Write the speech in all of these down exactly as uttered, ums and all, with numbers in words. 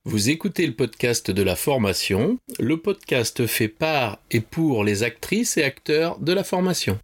Vous écoutez le podcast de la formation. Le podcast fait par et pour les actrices et acteurs de la formation.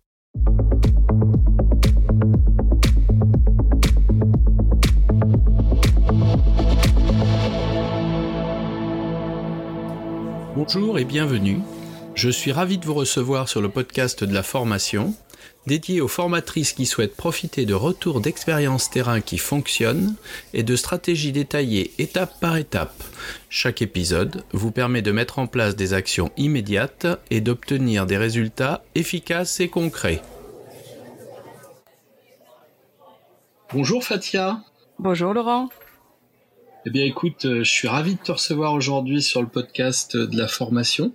Bonjour et bienvenue. Je suis ravi de vous recevoir sur le podcast de la formation, dédié aux formatrices qui souhaitent profiter de retours d'expériences terrain qui fonctionnent et de stratégies détaillées étape par étape. Chaque épisode vous permet de mettre en place des actions immédiates et d'obtenir des résultats efficaces et concrets. Bonjour Fatia. Bonjour Laurent. Eh bien écoute, je suis ravi de te recevoir aujourd'hui sur le podcast de la formation.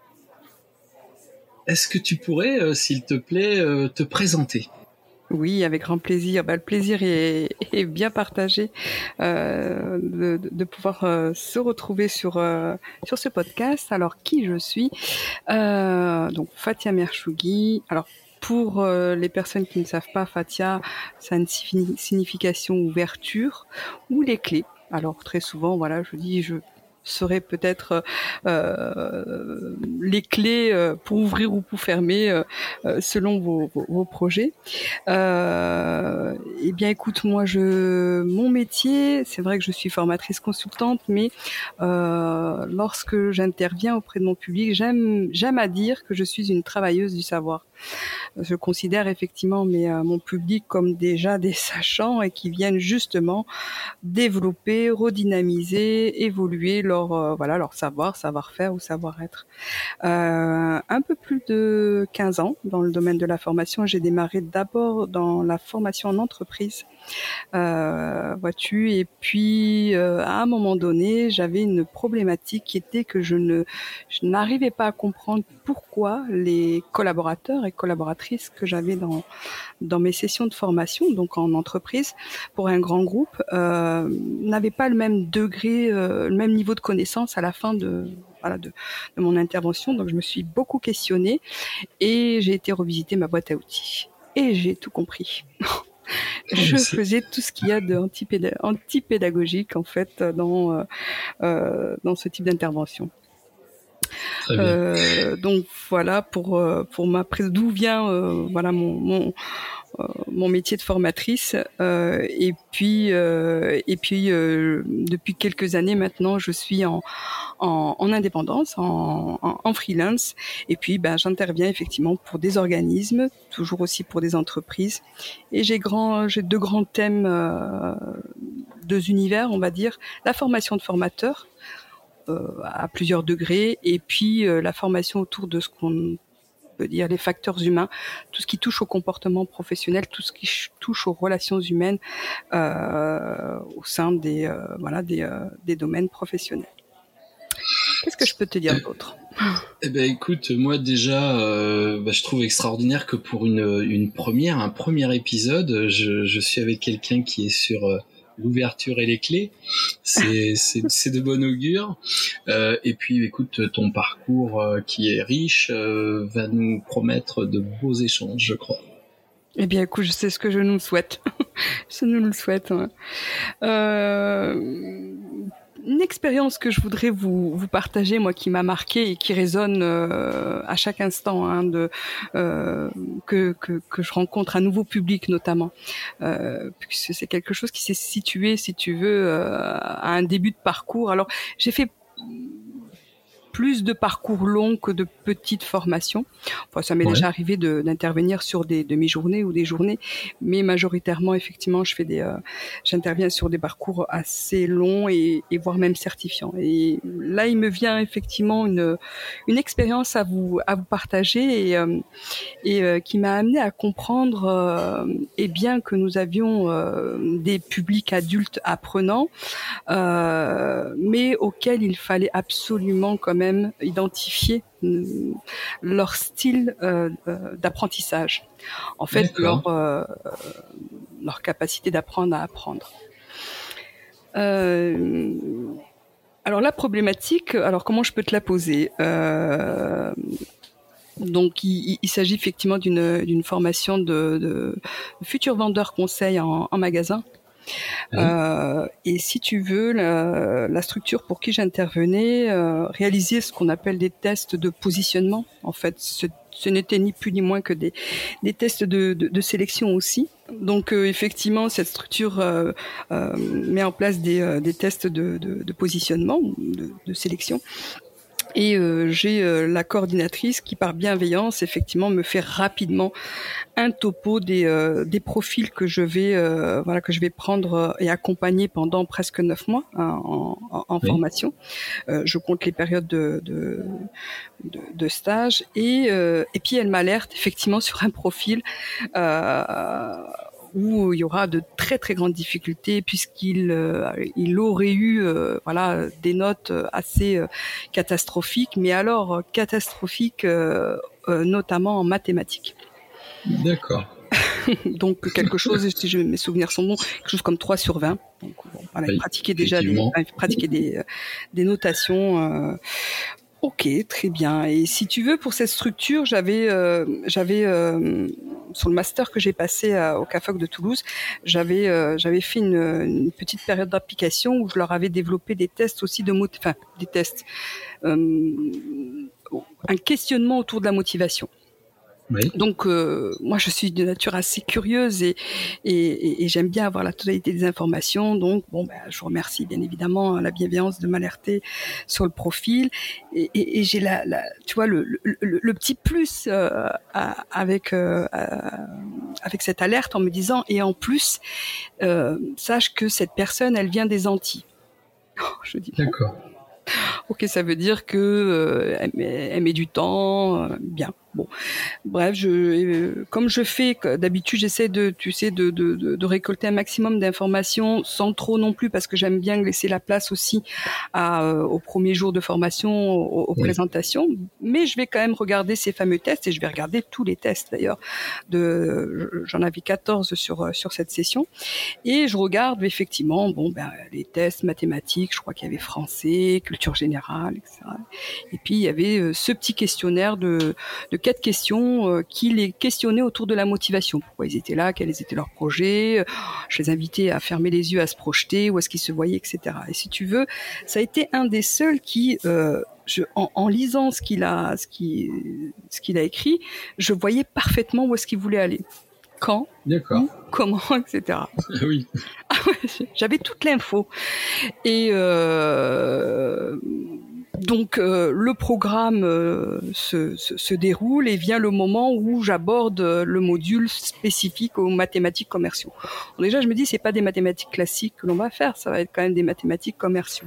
Est-ce que tu pourrais, euh, s'il te plaît, euh, te présenter ? Oui, avec grand plaisir. Bah, le plaisir est, est bien partagé euh, de, de pouvoir euh, se retrouver sur euh, sur ce podcast. Alors, qui je suis ? euh, Donc, Fatia Merchougui. Alors, pour euh, les personnes qui ne savent pas, Fatia, ça a une signification ouverture ou les clés. Alors, très souvent, voilà, je dis, je seraient peut-être euh, les clés euh, pour ouvrir ou pour fermer euh, euh, selon vos, vos, vos projets. Euh, eh bien, écoute, moi, je, mon métier, c'est vrai que je suis formatrice consultante, mais euh, lorsque j'interviens auprès de mon public, j'aime, j'aime à dire que je suis une travailleuse du savoir. Je considère effectivement mes, euh, mon public comme déjà des sachants et qui viennent justement développer, redynamiser, évoluer leur euh, voilà leur savoir, savoir-faire ou savoir-être. Euh, un peu plus de quinze ans dans le domaine de la formation. J'ai démarré d'abord dans la formation en entreprise, euh, vois-tu, et puis euh, à un moment donné, j'avais une problématique qui était que je ne je n'arrivais pas à comprendre pourquoi les collaborateurs et collaboratrices que j'avais dans dans mes sessions de formation, donc en entreprise, pour un grand groupe, euh, n'avaient pas le même degré, euh, le même niveau de connaissance à la fin de, voilà, de, de mon intervention. Donc je me suis beaucoup questionnée et j'ai été revisiter ma boîte à outils. Et j'ai tout compris. Je faisais tout ce qu'il y a de antipéda- antipédagogique en fait dans, euh, dans ce type d'intervention. Euh, donc voilà pour pour ma prise d'où vient euh, voilà mon mon euh, mon métier de formatrice euh, et puis euh, et puis euh, depuis quelques années maintenant je suis en en, en indépendance en, en en freelance et puis ben j'interviens effectivement pour des organismes, toujours aussi pour des entreprises, et j'ai grand j'ai deux grands thèmes, euh, deux univers on va dire: la formation de formateurs Euh, à plusieurs degrés, et puis euh, la formation autour de ce qu'on peut dire les facteurs humains, tout ce qui touche au comportement professionnel, tout ce qui ch- touche aux relations humaines euh, au sein des euh, voilà des, euh, des domaines professionnels. Qu'est-ce que je peux te dire d'autre ? Eh ben écoute, moi déjà, euh, bah, je trouve extraordinaire que pour une, une première, un premier épisode, je, je suis avec quelqu'un qui est sur euh, l'ouverture et les clés. C'est, c'est, c'est de bon augure. Euh, et puis écoute, ton parcours euh, qui est riche euh, va nous promettre de beaux échanges, je crois. Eh bien écoute, je sais ce que je nous souhaite. Je nous le souhaite. Ouais. Euh... Une expérience que je voudrais vous, vous partager, moi, qui m'a marquée et qui résonne euh, à chaque instant, hein, de, euh, que, que, que je rencontre un nouveau public notamment, euh, puisque c'est quelque chose qui s'est situé, si tu veux, euh, à un début de parcours. Alors, j'ai fait plus de parcours longs que de petites formations. Enfin, ça m'est ouais. déjà arrivé de, d'intervenir sur des demi-journées ou des journées, mais majoritairement, effectivement, je fais des, euh, j'interviens sur des parcours assez longs et, et voire même certifiants. Et là, il me vient effectivement une, une expérience à vous, à vous partager et, euh, et euh, qui m'a amené à comprendre, euh, et bien que nous avions euh, des publics adultes apprenants, euh, mais auxquels il fallait absolument quand même identifier leur style euh, d'apprentissage, en fait. D'accord. leur euh, leur capacité d'apprendre à apprendre. Euh, alors la problématique, alors comment je peux te la poser ? euh, Donc, il, il s'agit effectivement d'une, d'une formation de, de futurs vendeurs conseils en, en magasin. Oui. Euh, et si tu veux, la, la structure pour qui j'intervenais euh, réalisait ce qu'on appelle des tests de positionnement. En fait, ce, ce n'était ni plus ni moins que des, des tests de, de, de sélection aussi. Donc euh, effectivement, cette structure euh, euh, met en place des, euh, des tests de, de, de positionnement, de, de sélection. Et euh, j'ai euh, la coordinatrice qui, par bienveillance, effectivement, me fait rapidement un topo des euh, des profils que je vais euh, voilà que je vais prendre euh, et accompagner pendant presque neuf mois hein, en, en, en oui. formation. Euh, je compte les périodes de de, de, de stage et euh, et puis elle m'alerte effectivement sur un profil. Euh, où il y aura de très très grandes difficultés puisqu'il euh, il aurait eu euh, voilà des notes assez euh, catastrophiques, mais alors euh, catastrophiques euh, euh, notamment en mathématiques. D'accord. Donc quelque chose, si je, mes souvenirs sont bons, quelque chose comme trois sur vingt. Donc bon, voilà, oui, il pratiquait déjà des, il pratiquait des, euh, des notations. Euh, Ok, très bien. Et si tu veux, pour cette structure, j'avais, euh, j'avais euh, sur le master que j'ai passé à, au C A F O C de Toulouse, j'avais, euh, j'avais fait une, une petite période d'application où je leur avais développé des tests aussi de mot, enfin des tests, euh, un questionnement autour de la motivation. Oui. Donc euh, moi je suis de nature assez curieuse et, et, et, et j'aime bien avoir la totalité des informations. Donc bon ben je vous remercie bien évidemment la bienveillance de m'alerter sur le profil et, et, et j'ai la, la tu vois le, le, le, le petit plus euh, à, avec euh, à, avec cette alerte en me disant et en plus euh, sache que cette personne elle vient des Antilles. Oh, je dis d'accord. Bon. Ok, ça veut dire que euh, elle, met, elle met du temps, euh, bien. Bon, bref, je, euh, comme je fais d'habitude, j'essaie de, tu sais, de, de, de, de récolter un maximum d'informations, sans trop non plus, parce que j'aime bien laisser la place aussi à, euh, aux premiers jours de formation, aux, aux oui. présentations. Mais je vais quand même regarder ces fameux tests et je vais regarder tous les tests d'ailleurs. De, j'en avais quatorze sur sur cette session et je regarde effectivement, bon, ben les tests mathématiques, je crois qu'il y avait français, culture générale, et cetera. Et puis il y avait euh, ce petit questionnaire de de quatre questions euh, qui les questionnaient autour de la motivation. Pourquoi ils étaient là, quels étaient leurs projets. Je les invitais à fermer les yeux, à se projeter, où est-ce qu'ils se voyaient, et cetera. Et si tu veux, ça a été un des seuls qui, euh, je, en, en lisant ce qu'il a, ce qui, ce qu'il a écrit, je voyais parfaitement où est-ce qu'il voulait aller. Quand, où, comment, et cetera. Oui. J'avais toute l'info. Et euh, donc euh, le programme euh, se, se, se déroule et vient le moment où j'aborde le module spécifique aux mathématiques commerciaux. Donc déjà, je me dis, c'est pas des mathématiques classiques que l'on va faire, ça va être quand même des mathématiques commerciaux.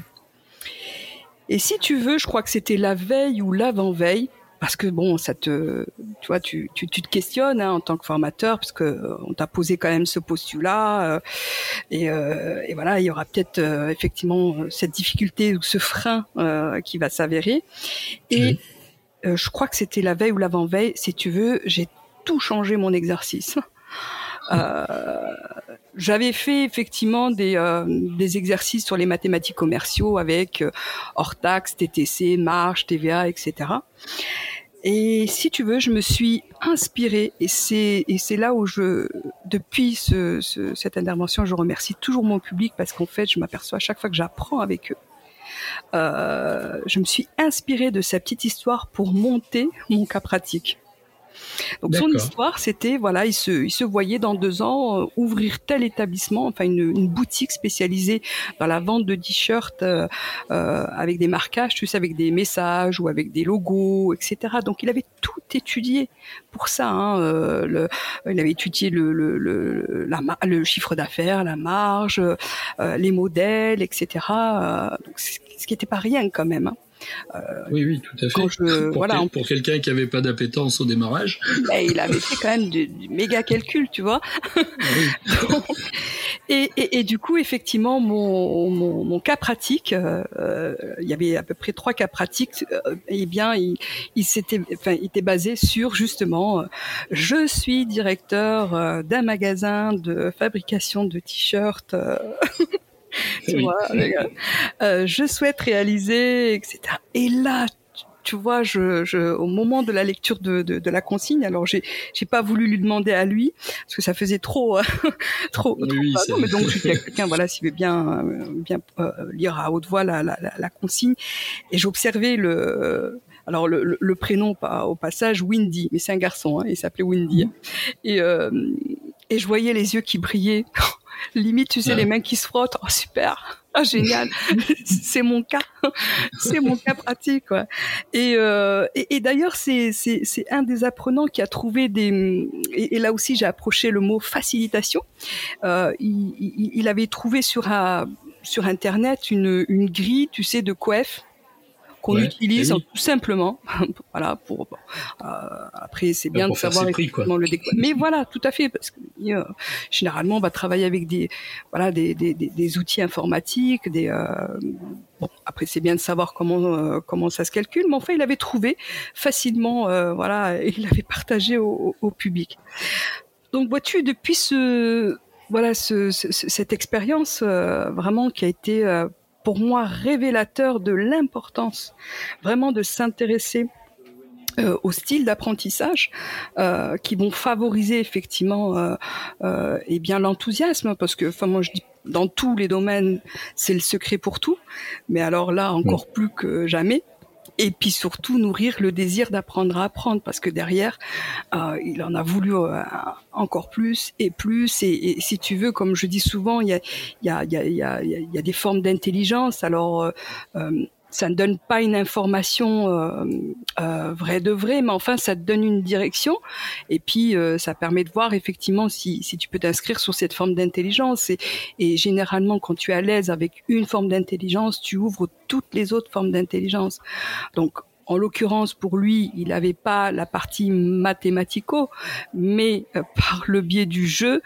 Et si tu veux, je crois que c'était la veille ou l'avant-veille, parce que bon, ça te, tu vois, tu, tu, tu te questionnes hein, en tant que formateur, parce que euh, on t'a posé quand même ce postulat, euh, et, euh, et voilà, il y aura peut-être euh, effectivement cette difficulté ou ce frein euh, qui va s'avérer. Et oui. euh, je crois que c'était la veille ou l'avant-veille, si tu veux, j'ai tout changé mon exercice. Euh, j'avais fait effectivement des, euh, des exercices sur les mathématiques commerciaux avec euh, hors taxe, T T C, marge, T V A, et cetera. Et si tu veux, je me suis inspirée et c'est et c'est là où je, depuis ce, ce, cette intervention, je remercie toujours mon public parce qu'en fait, je m'aperçois à chaque fois que j'apprends avec eux. Euh, je me suis inspirée de sa petite histoire pour monter mon cas pratique. Donc D'accord. Son histoire, c'était voilà, il se, il se voyait dans deux ans euh, ouvrir tel établissement, enfin une, une boutique spécialisée dans la vente de t-shirts euh, euh, avec des marquages, tu sais, avec des messages ou avec des logos, et cetera. Donc il avait tout étudié pour ça. Hein, euh, le, il avait étudié le, le, le, la, le chiffre d'affaires, la marge, euh, les modèles, et cetera. Euh, donc ce qui n'était pas rien quand même. Hein. Euh, oui, oui, tout à fait. Je, pour, voilà, quel, pour quelqu'un qui n'avait pas d'appétence au démarrage. Ben, il avait fait quand même du, du méga calcul, tu vois. Oui. Donc, et, et, et du coup, effectivement, mon, mon, mon cas pratique, euh, il y avait à peu près trois cas pratiques. Euh, eh bien, il, il s'était, enfin, il était basé sur justement, euh, je suis directeur euh, d'un magasin de fabrication de t-shirts. Euh, tu oui. vois, euh, je souhaite réaliser, et cetera. Et là, tu vois, je, je, au moment de la lecture de, de, de la consigne, alors j'ai, j'ai pas voulu lui demander à lui parce que ça faisait trop, trop, oui, trop oui, non, mais donc j'ai dit à quelqu'un, voilà, s'il veut bien, bien euh, lire à haute voix la, la, la, la consigne, et j'observais le, alors le, le, le prénom au passage, Windy, mais c'est un garçon, hein, il s'appelait Windy, mmh. et euh, et je voyais les yeux qui brillaient, limite, tu sais, ouais. les mains qui se frottent, oh super. Ah génial, c'est mon cas, c'est mon cas pratique, quoi. Et, euh, et, et d'ailleurs c'est c'est c'est un des apprenants qui a trouvé des et, et là aussi j'ai approché le mot facilitation. Euh, il, il, il avait trouvé sur un sur internet une une grille, tu sais, de coef qu'on ouais, utilise oui. tout simplement, voilà, pour euh, après c'est bien pour de savoir prix, effectivement le décompte. Mais voilà, tout à fait, parce que euh, généralement on va travailler avec des voilà des des, des, des outils informatiques, des euh, bon après c'est bien de savoir comment euh, comment ça se calcule, mais enfin il avait trouvé facilement, euh, voilà, et il l'avait partagé au, au, au public. Donc vois-tu, depuis ce voilà ce, ce cette expérience euh, vraiment qui a été euh, pour moi révélateur de l'importance vraiment de s'intéresser euh, au style d'apprentissage euh, qui vont favoriser effectivement euh, euh, et bien l'enthousiasme, parce que enfin moi je dis dans tous les domaines c'est le secret pour tout, mais alors là encore plus que jamais. Et puis surtout nourrir le désir d'apprendre à apprendre, parce que derrière euh, il en a voulu euh, encore plus et plus, et, et si tu veux, comme je dis souvent, il y a il y a il y a il y a, il y a des formes d'intelligence. Alors euh, euh, ça ne donne pas une information euh, euh, vraie de vraie, mais enfin ça te donne une direction, et puis euh, ça permet de voir effectivement si si tu peux t'inscrire sur cette forme d'intelligence, et, et généralement quand tu es à l'aise avec une forme d'intelligence, tu ouvres toutes les autres formes d'intelligence. Donc en l'occurrence, pour lui, il n'avait pas la partie mathématico, mais euh, par le biais du jeu,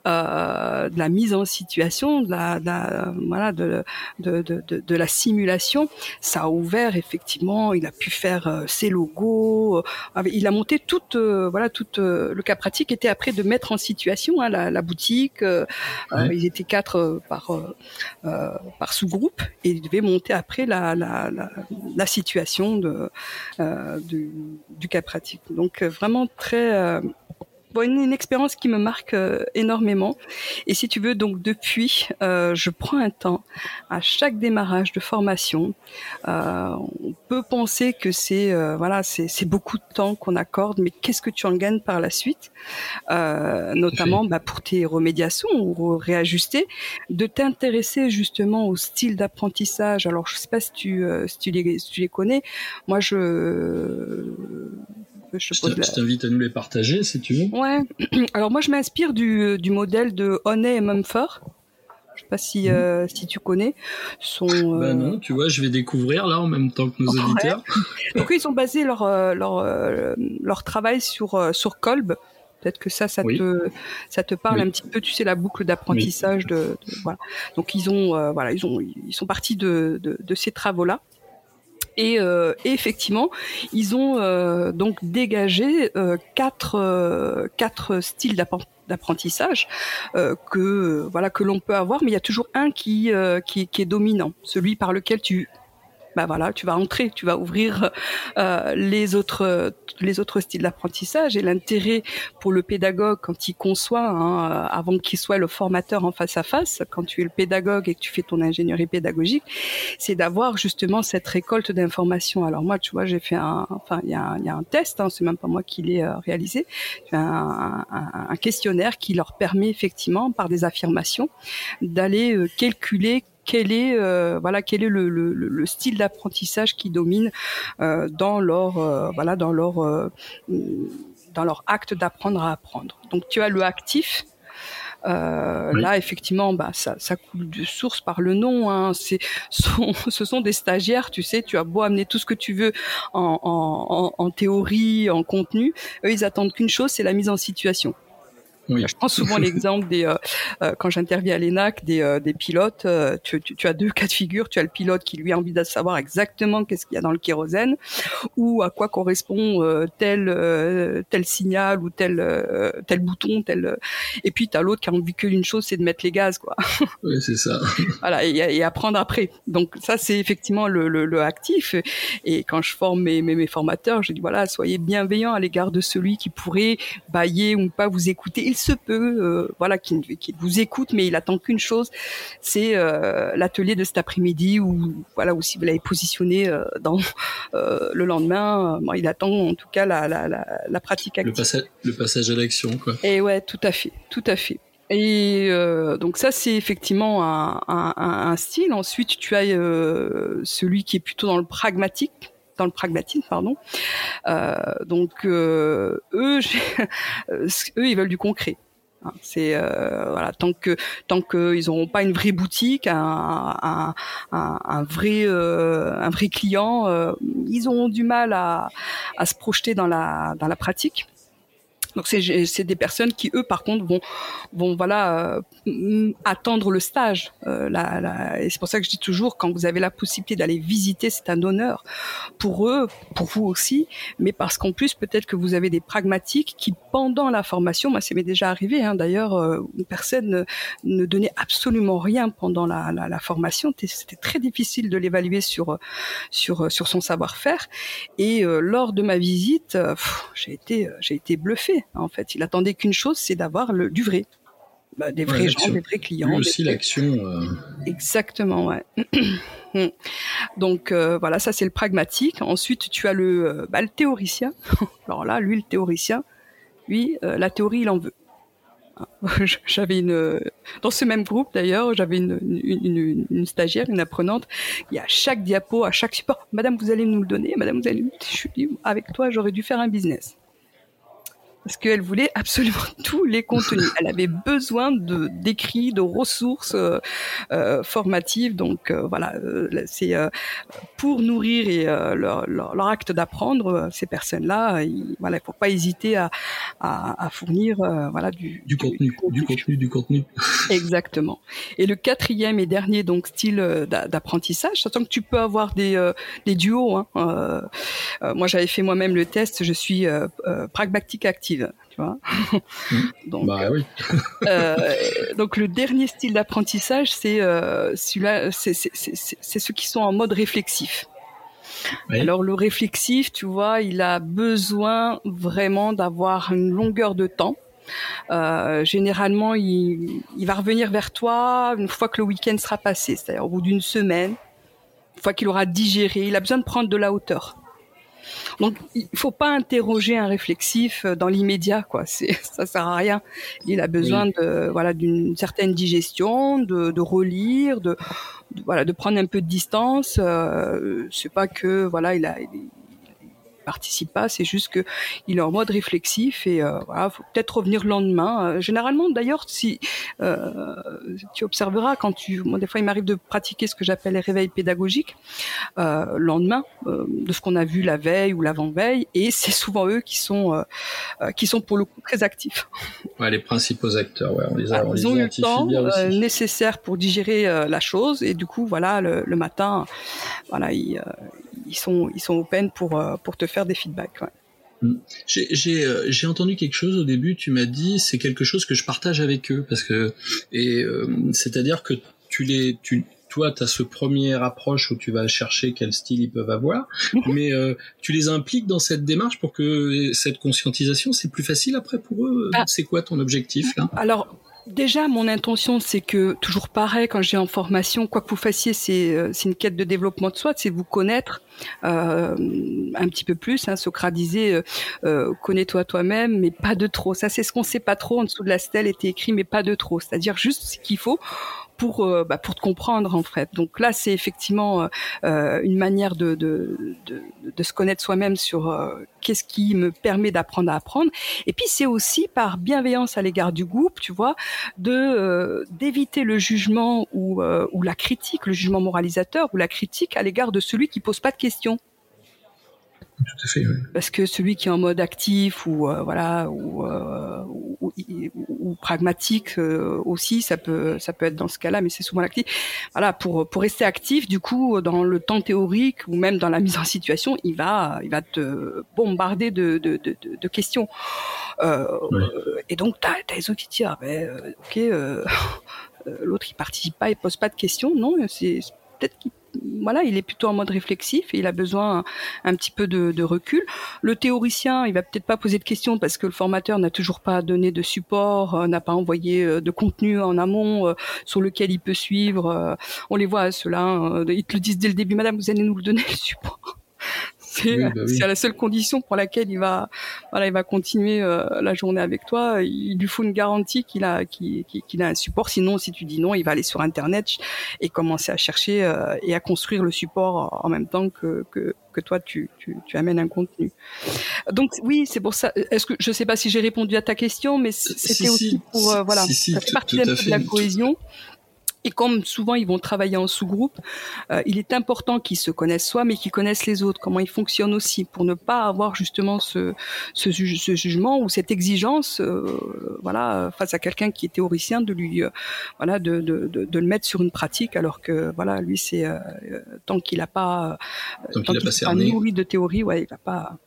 euh, de la mise en situation, de la, de la voilà, de, de, de, de, de la simulation, ça a ouvert effectivement. Il a pu faire euh, ses logos. Euh, il a monté toute, euh, voilà, toute euh, le cas pratique était après de mettre en situation hein, la, la boutique. Euh, ouais. euh, ils étaient quatre euh, par euh, euh, par sous-groupe, et il devait monter après la la la, la situation de Euh, du, du cas pratique. Donc euh, vraiment très euh, bon, une, une expérience qui me marque euh, énormément. Et si tu veux, donc depuis, euh, je prends un temps à chaque démarrage de formation. Euh, on peut penser que c'est euh, voilà, c'est, c'est beaucoup de temps qu'on accorde, mais qu'est-ce que tu en gagnes par la suite, euh, notamment bah, pour tes remédiations ou réajuster, de t'intéresser justement au style d'apprentissage. Alors je sais pas si tu euh, si tu les si tu les connais. Moi je Je, je, la... je t'invite à nous les partager si tu veux. Ouais. Alors moi je m'inspire du, du modèle de Honey et Mumford. Je sais pas si, mmh. euh, si tu connais. Son, euh... Ben non, tu vois, je vais découvrir là en même temps que nos auditeurs. Ouais. Donc ils ont basé leur leur euh, leur travail sur sur Kolb. Peut-être que ça, ça oui. te ça te parle oui. un petit peu. Tu sais, la boucle d'apprentissage oui. de, de voilà. Donc ils ont euh, voilà ils ont ils sont partis de de, de ces travaux là. Et, euh, et effectivement, ils ont euh, donc dégagé euh, quatre euh, quatre styles d'apprentissage euh, que voilà que l'on peut avoir, mais il y a toujours un qui euh, qui, qui est dominant, celui par lequel tu bah voilà, tu vas entrer, tu vas ouvrir euh, les autres les autres styles d'apprentissage. Et l'intérêt pour le pédagogue quand il conçoit, hein, avant qu'il soit le formateur en face à face, quand tu es le pédagogue et que tu fais ton ingénierie pédagogique, c'est d'avoir justement cette récolte d'informations. Alors moi, tu vois, j'ai fait un, enfin il y a un, il y a un test, hein, c'est même pas moi qui l'ai euh, réalisé, un, un, un questionnaire qui leur permet effectivement par des affirmations d'aller euh, calculer quel est euh, voilà quel est le, le, le style d'apprentissage qui domine euh, dans leur euh, voilà dans leur euh, dans leur acte d'apprendre à apprendre. Donc tu as le actif. Euh, oui. Là, effectivement, bah ça, ça coule de source par le nom. Hein. C'est, sont, ce sont des stagiaires, tu sais. Tu as beau amener tout ce que tu veux en, en, en, en théorie, en contenu, eux, ils attendent qu'une chose, c'est la mise en situation. Oui. Je prends souvent l'exemple des, euh, euh, quand j'interviens à l'E N A C, des, euh, des pilotes, euh, tu, tu, tu as deux cas de figure. Tu as le pilote qui lui a envie de savoir exactement qu'est-ce qu'il y a dans le kérosène ou à quoi correspond euh, tel, euh, tel signal ou tel, euh, tel bouton, tel. Euh... Et puis tu as l'autre qui a envie que d'une chose, c'est de mettre les gaz, quoi. Oui, c'est ça. Voilà, et, et apprendre après. Donc ça, c'est effectivement le, le, le actif. Et quand je forme mes, mes, mes formateurs, je dis voilà, soyez bienveillants à l'égard de celui qui pourrait bâiller ou pas vous écouter. Il se peut, euh, voilà, qu'il, qu'il vous écoute, mais il attend qu'une chose, c'est euh, l'atelier de cet après-midi ou voilà, ou si vous l'avez positionné euh, dans euh, le lendemain, euh, bon, il attend en tout cas la, la, la, la pratique active. Le passage, le passage à l'action, quoi. Et ouais, tout à fait, tout à fait. Et euh, donc ça, c'est effectivement un, un, un style. Ensuite, tu as euh, celui qui est plutôt dans le pragmatique. dans le pragmatisme, pardon. Euh, donc euh, eux, eux, ils veulent du concret. Hein, c'est euh, voilà, tant que tant que ils n'auront pas une vraie boutique, un, un, un, un vrai euh, un vrai client, euh, ils auront du mal à, à se projeter dans la dans la pratique. Donc c'est, c'est des personnes qui eux par contre vont vont voilà euh, attendre le stage. Euh, la, la, et c'est pour ça que je dis toujours quand vous avez la possibilité d'aller visiter, c'est un honneur pour eux, pour vous aussi, mais parce qu'en plus peut-être que vous avez des pragmatiques qui pendant la formation, moi ça m'est déjà arrivé hein, d'ailleurs, euh, une personne ne, ne donnait absolument rien pendant la, la, la formation. C'était très difficile de l'évaluer sur sur sur son savoir-faire. Et euh, lors de ma visite, euh, pff, j'ai été j'ai été bluffée. En fait, il attendait qu'une chose, c'est d'avoir le, du vrai. Bah, des vrais ouais, gens, des vrais clients. Lui aussi, vrais... l'action. Euh... Exactement, ouais. Donc, euh, voilà, ça, c'est le pragmatique. Ensuite, tu as le, euh, bah, le théoricien. Alors là, lui, le théoricien, lui, euh, la théorie, il en veut. J'avais une, dans ce même groupe d'ailleurs, j'avais une, une, une, une stagiaire, une apprenante, et à chaque diapo, à chaque support, Madame, vous allez nous le donner, Madame, vous allez nous... Je suis dit, avec toi, j'aurais dû faire un business. Parce qu'elle voulait absolument tous les contenus. Elle avait besoin de d'écrits, de ressources euh, euh, formatives. Donc euh, voilà, euh, c'est euh, pour nourrir et euh, leur, leur, leur acte d'apprendre. Euh, ces personnes-là, il, voilà, il faut pas hésiter à, à, à fournir euh, voilà du, du, du contenu, du contenu, du contenu, du contenu. Exactement. Et le quatrième et dernier donc style d'apprentissage, sachant que tu peux avoir des euh, des duos. Hein, euh, euh, moi, j'avais fait moi-même le test. Je suis euh, euh, pragmatique active. Tu vois. donc, bah oui. euh, donc le dernier style d'apprentissage, c'est euh, celui-là, c'est, c'est, c'est, c'est ceux qui sont en mode réflexif. Oui. Alors le réflexif, tu vois, il a besoin vraiment d'avoir une longueur de temps. Euh, généralement, il, il va revenir vers toi une fois que le week-end sera passé, c'est-à-dire au bout d'une semaine, une fois qu'il aura digéré, il a besoin de prendre de la hauteur. Donc, il faut pas interroger un réflexif dans l'immédiat, quoi. C'est, ça sert à rien. Il a besoin oui. de, voilà, d'une certaine digestion, de, de relire, de, de, voilà, de prendre un peu de distance. Euh, c'est pas que, voilà, il a, il, participe pas, c'est juste que il est en mode réflexif et euh, voilà, faut peut-être revenir le lendemain. Euh, généralement, d'ailleurs, si euh, tu observeras quand tu, moi des fois il m'arrive de pratiquer ce que j'appelle les réveils pédagogiques, euh, le lendemain euh, de ce qu'on a vu la veille ou l'avant-veille, et c'est souvent eux qui sont euh, qui sont pour le coup très actifs. Ouais, les principaux acteurs, ouais, on les a, ah, on ils les ont eu le temps euh, aussi. nécessaire pour digérer euh, la chose et du coup voilà le, le matin, voilà ils, euh, ils sont ils sont open pour euh, pour te faire des feedbacks. Ouais. J'ai, j'ai, euh, j'ai entendu quelque chose au début, tu m'as dit c'est quelque chose que je partage avec eux parce que et euh, c'est-à-dire que tu les tu toi tu as ce premier approche où tu vas chercher quel style ils peuvent avoir, mais euh, tu les impliques dans cette démarche pour que cette conscientisation c'est plus facile après pour eux. Ah. C'est quoi ton objectif là ? Alors déjà, mon intention, c'est que, toujours pareil, quand j'ai en formation, quoi que vous fassiez, c'est, euh, c'est une quête de développement de soi, c'est vous connaître euh, un petit peu plus. Hein, Socrate disait euh, euh, « connais-toi toi-même, mais pas de trop ». Ça, c'est ce qu'on sait pas trop. En dessous de la stèle était écrit « mais pas de trop ». C'est-à-dire juste ce qu'il faut pour euh, bah, pour te comprendre, en fait. Donc là, c'est effectivement euh, une manière de, de, de, de se connaître soi-même sur euh, qu'est-ce qui me permet d'apprendre à apprendre. Et puis, c'est aussi par bienveillance à l'égard du groupe, tu vois, de euh, d'éviter le jugement ou euh, ou la critique, le jugement moralisateur ou la critique à l'égard de celui qui pose pas de questions. Tout à fait, oui. Parce que celui qui est en mode actif ou euh, voilà ou, euh, ou, ou, ou pragmatique euh, aussi, ça peut ça peut être dans ce cas-là, mais c'est souvent l'actif. Voilà, pour pour rester actif, du coup, dans le temps théorique ou même dans la mise en situation, il va il va te bombarder de de de, de, de questions. Euh, Oui. Et donc t'as t'as les autres qui disent ah ben euh, ok euh, l'autre il participe pas, il pose pas de questions, non, c'est, c'est peut-être qu'il voilà, il est plutôt en mode réflexif et il a besoin un, un petit peu de, de recul. Le théoricien, il va peut-être pas poser de questions parce que le formateur n'a toujours pas donné de support, euh, n'a pas envoyé euh, de contenu en amont euh, sur lequel il peut suivre. Euh, on les voit, ceux-là, euh, ils te le disent dès le début, madame, vous allez nous le donner le support. C'est, oui, bah oui. c'est la seule condition pour laquelle il va, voilà, il va continuer euh, la journée avec toi. Il lui faut une garantie qu'il a, qu'il, qu'il a un support. Sinon, si tu dis non, il va aller sur Internet et commencer à chercher euh, et à construire le support en même temps que que, que toi, tu, tu, tu amènes un contenu. Donc oui, c'est pour ça. Est-ce que je sais pas si j'ai répondu à ta question, mais c'était si, aussi si, pour euh, voilà, si, si, ça fait tout, partie tout d'un à peu fait. de la cohésion. Et comme souvent ils vont travailler en sous-groupe, euh, il est important qu'ils se connaissent soi, mais qu'ils connaissent les autres, comment ils fonctionnent aussi, pour ne pas avoir justement ce, ce, ju- ce jugement ou cette exigence, euh, voilà, face à quelqu'un qui est théoricien, de lui, euh, voilà, de, de, de, de le mettre sur une pratique, alors que voilà, lui c'est euh, euh, tant qu'il n'a pas, euh, Tant tant qu'il a qu'il pas n'est pas cerné. nourri de théorie, ouais, il va pas.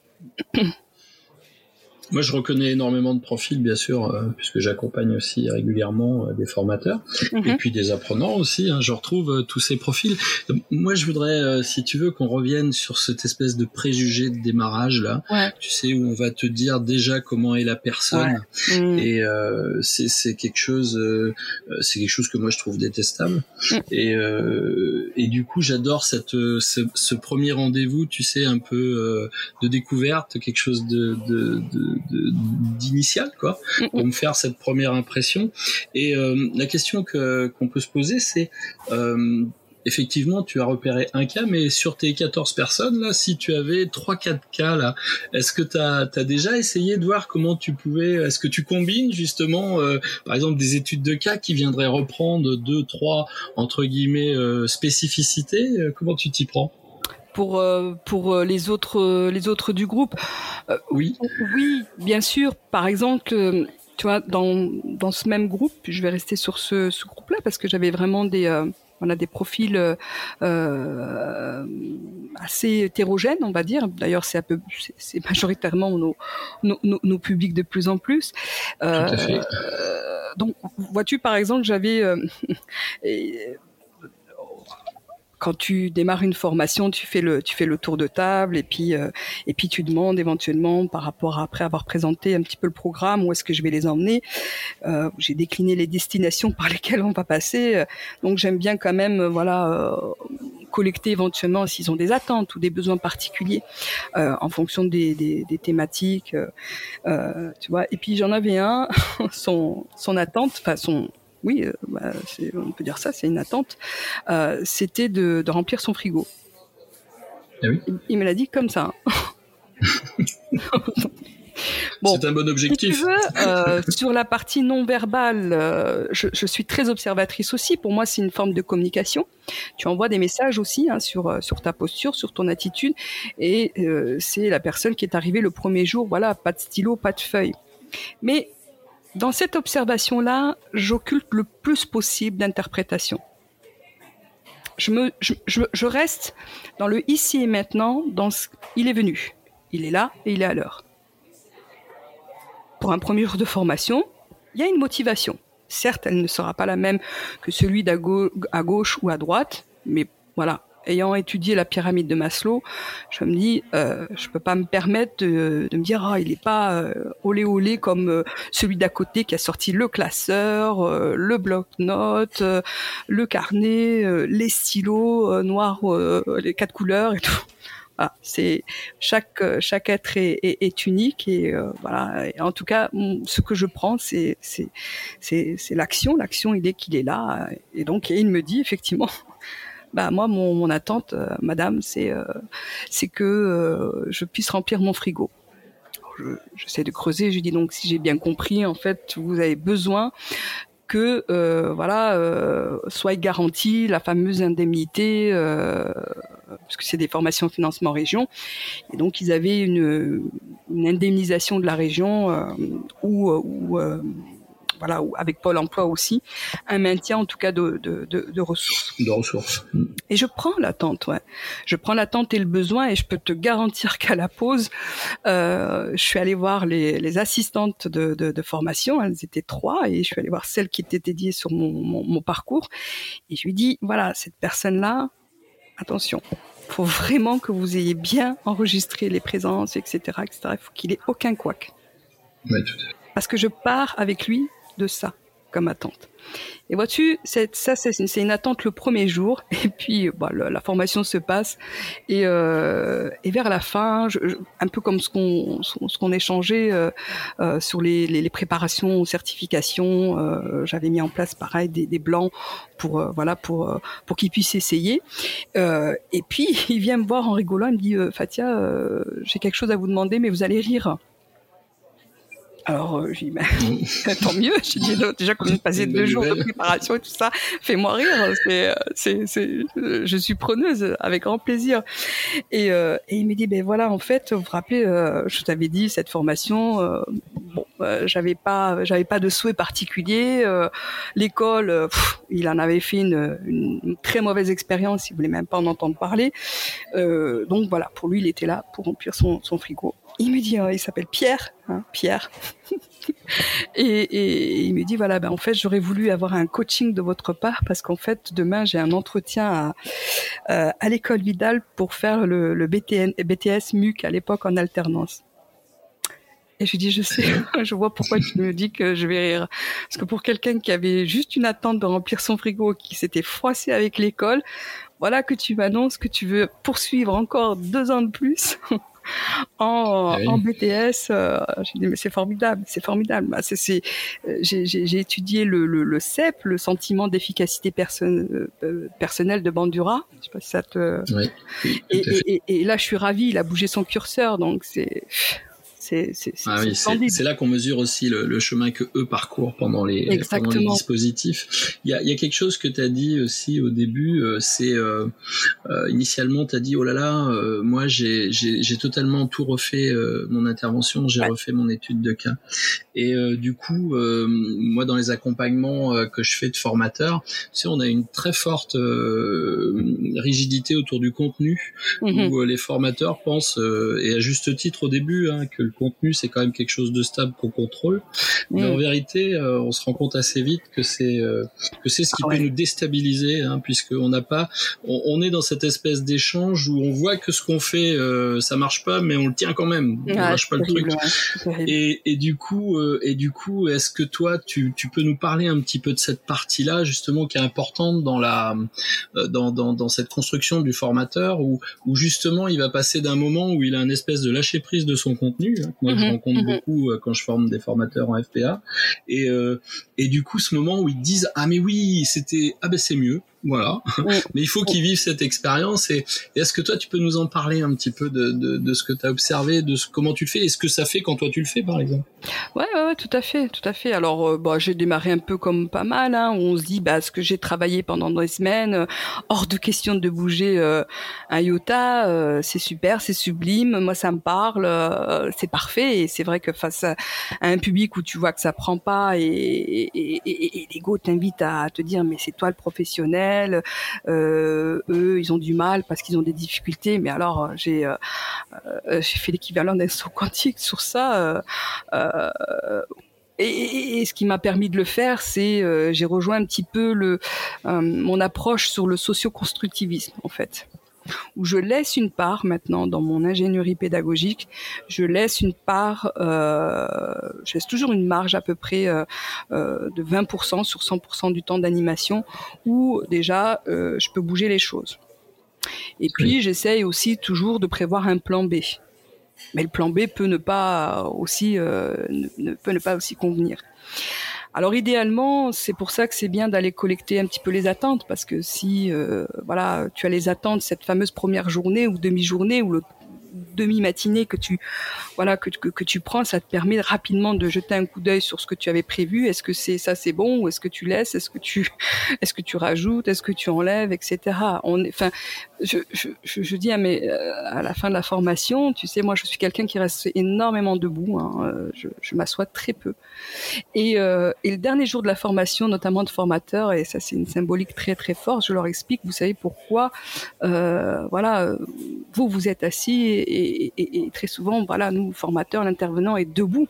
Moi, je reconnais énormément de profils, bien sûr, euh, puisque j'accompagne aussi régulièrement euh, des formateurs Mm-hmm. et puis des apprenants aussi. Hein, je retrouve euh, tous ces profils. Donc, moi, je voudrais, euh, si tu veux, qu'on revienne sur cette espèce de préjugé de démarrage là. Ouais. Tu sais, où on va te dire déjà comment est la personne. Ouais. Mm. Et euh, c'est, c'est quelque chose, euh, c'est quelque chose que moi je trouve détestable. Mm. Et euh, et du coup, j'adore cette ce, ce premier rendez-vous, tu sais, un peu euh, de découverte, quelque chose de de, de De, d'initial quoi, pour me faire cette première impression. Et euh, la question que qu'on peut se poser, c'est euh, effectivement, tu as repéré un cas, mais sur tes quatorze personnes là, si tu avais trois quatre cas là, est-ce que tu as t'as déjà essayé de voir comment tu pouvais, est-ce que tu combines justement euh, par exemple des études de cas qui viendraient reprendre deux trois entre guillemets euh, spécificités, comment tu t'y prends? Pour euh, pour les autres euh, les autres du groupe, euh, oui oui bien sûr. Par exemple, euh, tu vois, dans dans ce même groupe, je vais rester sur ce, ce groupe-là parce que j'avais vraiment des euh, on a des profils euh, euh, assez hétérogènes, on va dire. D'ailleurs, c'est un peu c'est, c'est majoritairement nos, nos nos nos publics de plus en plus. Euh, Tout à fait. Euh, donc, vois-tu, par exemple, j'avais euh, et, quand tu démarres une formation, tu fais le tu fais le tour de table et puis euh, et puis tu demandes éventuellement par rapport à, après avoir présenté un petit peu le programme, où est-ce que je vais les emmener. Euh, j'ai décliné les destinations par lesquelles on va passer. Donc j'aime bien quand même euh, voilà euh, collecter éventuellement s'ils ont des attentes ou des besoins particuliers euh, en fonction des, des, des thématiques. Euh, tu vois. Et puis j'en avais un, son son attente, enfin son oui, euh, bah, c'est, on peut dire ça, c'est une attente, euh, c'était de, de remplir son frigo. Ah oui. Il, il me l'a dit comme ça. Bon, c'est un bon objectif. Si tu veux, euh, sur la partie non verbale, euh, je, je suis très observatrice aussi. Pour moi, c'est une forme de communication. Tu envoies des messages aussi hein, sur sur ta posture, sur ton attitude, et euh, c'est la personne qui est arrivée le premier jour. Voilà, pas de stylo, pas de feuille. Mais dans cette observation-là, j'occulte le plus possible d'interprétation. Je, me, je, je, je reste dans le ici et maintenant, dans ce, il est venu, il est là et il est à l'heure. Pour un premier jour de formation, il y a une motivation. Certes, elle ne sera pas la même que celui d'à gauche, à gauche ou à droite, mais voilà. Ayant étudié la pyramide de Maslow, je me dis, euh, je peux pas me permettre de, de me dire, ah, il est pas euh, olé olé comme euh, celui d'à côté qui a sorti le classeur, euh, le bloc-notes, euh, le carnet, euh, les stylos euh, noirs, euh, les quatre couleurs et tout. Voilà, c'est chaque chaque être est, est, est unique et euh, voilà. Et en tout cas, ce que je prends, c'est c'est c'est, c'est l'action. L'action, il est qu'il est là et donc et il me dit effectivement. Bah moi mon, mon attente, euh, madame, c'est euh, c'est que euh, je puisse remplir mon frigo. Alors, je, j'essaie de creuser. Je dis donc si j'ai bien compris, en fait, vous avez besoin que euh, voilà euh, soit garantie la fameuse indemnité euh, puisque c'est des formations financement région. Et donc, ils avaient une, une indemnisation de la région euh, ou, ou euh, voilà, ou avec Pôle emploi aussi, un maintien en tout cas de, de, de, de ressources. De ressources. Et je prends l'attente, ouais. Je prends l'attente et le besoin, et je peux te garantir qu'à la pause, euh, je suis allée voir les, les assistantes de, de, de formation, elles étaient trois, et je suis allée voir celle qui était dédiée sur mon, mon, mon parcours, et je lui dis, voilà, cette personne-là, attention, il faut vraiment que vous ayez bien enregistré les présences, et cetera, et cetera. Il faut qu'il ait aucun couac. Oui, tout à fait. Parce que je pars avec lui de ça comme attente. Et vois-tu, c'est, ça c'est, c'est une attente le premier jour, et puis bah, le, la formation se passe, et, euh, et vers la fin, je, je, un peu comme ce qu'on, ce qu'on échangeait euh, euh, sur les, les, les préparations aux certifications, euh, j'avais mis en place pareil des, des blancs pour euh, voilà pour euh, pour qu'ils puissent essayer. Euh, et puis il vient me voir en rigolant, il me dit euh, Fatia, euh, j'ai quelque chose à vous demander, mais vous allez rire. Alors, euh, j'ai dit, bah, tant mieux. J'ai dit, non, déjà qu'on vient de passer deux jours de préparation et tout ça, fais-moi rire. C'est, c'est, c'est, je suis preneuse, avec grand plaisir. Et, euh, et il me dit, ben voilà, en fait, vous vous rappelez, euh, je t'avais dit, cette formation, euh, bon, euh, j'avais pas, j'avais pas de souhait particulier. Euh, l'école, euh, pff, il en avait fait une, une, une très mauvaise expérience. Il voulait même pas en entendre parler. Euh, donc voilà, pour lui, il était là pour remplir son, son frigo. Il me dit, hein, il s'appelle Pierre, hein, Pierre. et, et il me dit, voilà, ben en fait, j'aurais voulu avoir un coaching de votre part parce qu'en fait, demain, j'ai un entretien à, euh, à l'école Vidal pour faire le, le B T N, B T S M U C à l'époque en alternance. Et je lui dis, je sais, je vois pourquoi tu me dis que je vais rire. Parce que pour quelqu'un qui avait juste une attente de remplir son frigo, qui s'était froissé avec l'école, voilà que tu m'annonces que tu veux poursuivre encore deux ans de plus. En, oui. en B T S, euh, j'ai dit mais c'est formidable, c'est formidable. Bah, c'est, c'est, euh, j'ai, j'ai, j'ai étudié le, le, le C E P, le sentiment d'efficacité perso- euh, personnelle de Bandura. Je sais pas si ça te. Oui. Et, et, et, et là, je suis ravie. Il a bougé son curseur, donc c'est. C'est, c'est, c'est, ah oui, c'est, c'est là qu'on mesure aussi le, le chemin que eux parcourent pendant les, pendant les dispositifs. Il y a, il y a quelque chose que tu as dit aussi au début, euh, c'est euh, euh, initialement tu as dit oh là là, euh, moi j'ai, j'ai, j'ai totalement tout refait euh, mon intervention, j'ai ouais. refait mon étude de cas. Et euh, du coup, euh, moi dans les accompagnements euh, que je fais de formateurs, tu sais, on a une très forte euh, rigidité autour du contenu, mm-hmm. où euh, les formateurs pensent, euh, et à juste titre au début, hein, que le contenu c'est quand même quelque chose de stable qu'on contrôle, mais mmh. en vérité euh, on se rend compte assez vite que c'est euh, que c'est ce qui ah ouais. peut nous déstabiliser, hein, puisque on n'a pas on, on est dans cette espèce d'échange où on voit que ce qu'on fait euh, ça marche pas, mais on le tient quand même, on ah, lâche pas le truc. Ouais, et, et du coup euh, et du coup est-ce que toi tu tu peux nous parler un petit peu de cette partie là justement qui est importante dans la euh, dans dans dans cette construction du formateur, où où justement il va passer d'un moment où il a une espèce de lâcher prise de son contenu. Moi, je rencontre mmh. beaucoup euh, quand je forme des formateurs en F P A, et euh, et du coup, ce moment où ils disent ah mais oui, c'était ah ben c'est mieux, voilà. Mmh. Mais il faut qu'ils vivent cette expérience. Et, et est-ce que toi, tu peux nous en parler un petit peu de de, de ce que tu as observé, de ce, comment tu le fais, et ce que ça fait quand toi tu le fais, par exemple? Ouais, ouais, ouais, tout à fait, tout à fait. Alors, euh, bah, j'ai démarré un peu comme pas mal, hein, où on se dit, bah, ce que j'ai travaillé pendant des semaines, euh, hors de question de bouger euh, un iota, euh, c'est super, c'est sublime, moi ça me parle, euh, c'est parfait. Et c'est vrai que face à, à un public où tu vois que ça prend pas, et, et, et, et, et l'ego t'invite à te dire, mais c'est toi le professionnel, euh, eux, ils ont du mal parce qu'ils ont des difficultés, mais alors j'ai, euh, euh, j'ai fait l'équivalent d'un saut quantique sur ça. Euh, Euh, et, et, et ce qui m'a permis de le faire, c'est euh, j'ai rejoint un petit peu le euh, mon approche sur le socio-constructivisme, en fait, où je laisse une part maintenant dans mon ingénierie pédagogique, je laisse une part, euh, je laisse toujours une marge à peu près euh, euh, de vingt pour cent sur cent pour cent du temps d'animation, où déjà euh, je peux bouger les choses. Et puis oui. j'essaye aussi toujours de prévoir un plan B. Mais le plan B peut ne pas aussi euh, ne, ne peut ne pas aussi convenir. Alors idéalement, c'est pour ça que c'est bien d'aller collecter un petit peu les attentes, parce que si euh, voilà, tu as les attentes cette fameuse première journée ou demi-journée où le demi-matinée que tu, voilà, que, que, que tu prends, ça te permet rapidement de jeter un coup d'œil sur ce que tu avais prévu. Est-ce que c'est ça, c'est bon, ou est-ce que tu laisses, est-ce que tu, est-ce que tu rajoutes, est-ce que tu enlèves, et cetera. On, enfin, je, je, je, je dis à mes, à la fin de la formation, tu sais, moi, je suis quelqu'un qui reste énormément debout. Hein, je, je m'assois très peu. Et, euh, et le dernier jour de la formation, notamment de formateurs, et ça, c'est une symbolique très très forte. Je leur explique, vous savez pourquoi, euh, voilà, vous vous êtes assis et, et, et très souvent, voilà, nous formateurs, l'intervenant est debout.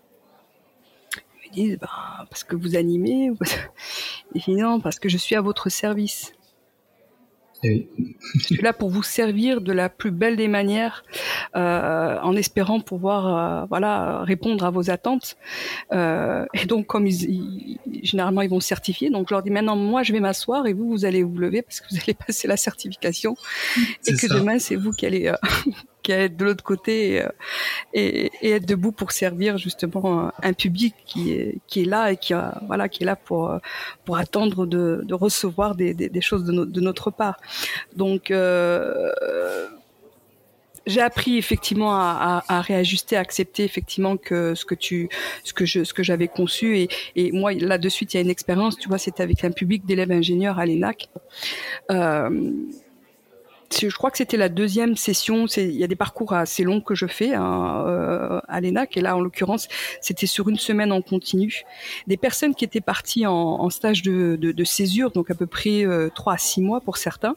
Ils me disent, bah, parce que vous animez. Et je dis non, parce que je suis à votre service. Oui. Je suis là pour vous servir de la plus belle des manières, euh, en espérant pouvoir, euh, voilà, répondre à vos attentes. Euh, et donc, comme ils, ils, généralement ils vont certifier, donc je leur dis maintenant, moi, je vais m'asseoir et vous, vous allez vous lever parce que vous allez passer la certification C'est et que ça. demain, c'est vous qui allez, euh, qui allez être de l'autre côté et, et, et être debout pour servir justement un public qui est qui est là et qui a, voilà, qui est là pour pour attendre de, de recevoir des, des, des choses de, no, de notre part. Donc euh, j'ai appris effectivement à, à, à réajuster, à accepter effectivement que ce que tu, ce que je, ce que j'avais conçu et, et moi là de suite il y a une expérience, tu vois, c'était avec un public d'élèves ingénieurs à l'E N A C. Euh, je crois que c'était la deuxième session. C'est, il y a des parcours assez longs que je fais hein, euh, à l'E N A C et là en l'occurrence c'était sur une semaine en continu. Des personnes qui étaient parties en, en stage de, de, de césure, donc à peu près euh, trois à six mois pour certains,